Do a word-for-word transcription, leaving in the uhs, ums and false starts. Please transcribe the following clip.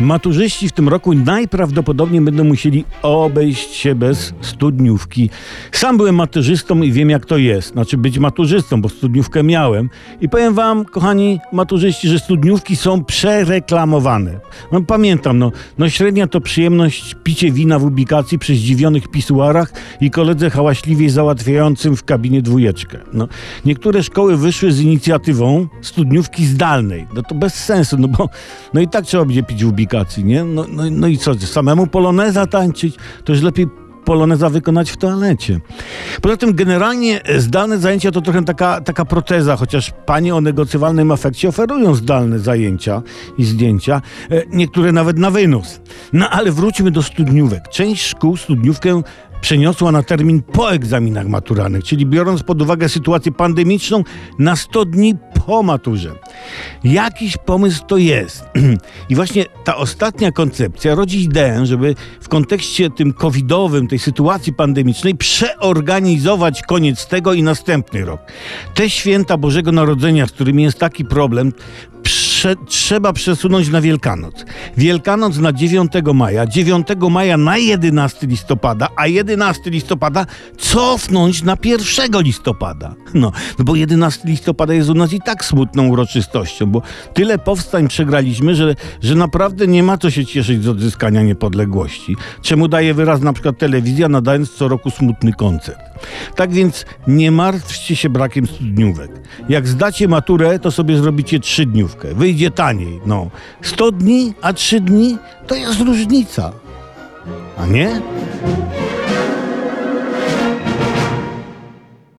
Maturzyści w tym roku najprawdopodobniej będą musieli obejść się bez studniówki. Sam byłem maturzystą i wiem, jak to jest. Znaczy być maturzystą, bo studniówkę miałem. I powiem wam, kochani maturzyści, że studniówki są przereklamowane. No, pamiętam, no, no średnia to przyjemność picie wina w ubikacji przy zdziwionych pisuarach i koledze hałaśliwie załatwiającym w kabinie dwójeczkę. No, niektóre szkoły wyszły z inicjatywą studniówki zdalnej. No to bez sensu, no bo no i tak trzeba będzie pić w ubikacji, nie? No, no, no i co, samemu poloneza tańczyć? To już lepiej poloneza wykonać w toalecie. Poza tym generalnie zdalne zajęcia to trochę taka, taka proteza, chociaż panie o negocjowalnym afekcie oferują zdalne zajęcia i zdjęcia, niektóre nawet na wynos. No ale wróćmy do studniówek. Część szkół studniówkę przeniosła na termin po egzaminach maturalnych, czyli biorąc pod uwagę sytuację pandemiczną na sto dni po maturze. Jakiś pomysł to jest. I właśnie ta ostatnia koncepcja rodzi ideę, żeby w kontekście tym covidowym, tej sytuacji pandemicznej przeorganizować koniec tego i następny rok. Te święta Bożego Narodzenia, z którymi jest taki problem, Prze- trzeba przesunąć na Wielkanoc. Wielkanoc na dziewiątego maja, dziewiątego maja na jedenastego listopada, a jedenastego listopada cofnąć na pierwszego listopada. No, no bo jedenastego listopada jest u nas i tak smutną uroczystością, bo tyle powstań przegraliśmy, że, że naprawdę nie ma co się cieszyć z odzyskania niepodległości. Czemu daje wyraz na przykład telewizja, nadając co roku smutny koncert. Tak więc nie martwcie się brakiem studniówek. Jak zdacie maturę, to sobie zrobicie trzydniówkę. Wyjdzie taniej. No, sto dni, a trzy dni to jest różnica. A nie?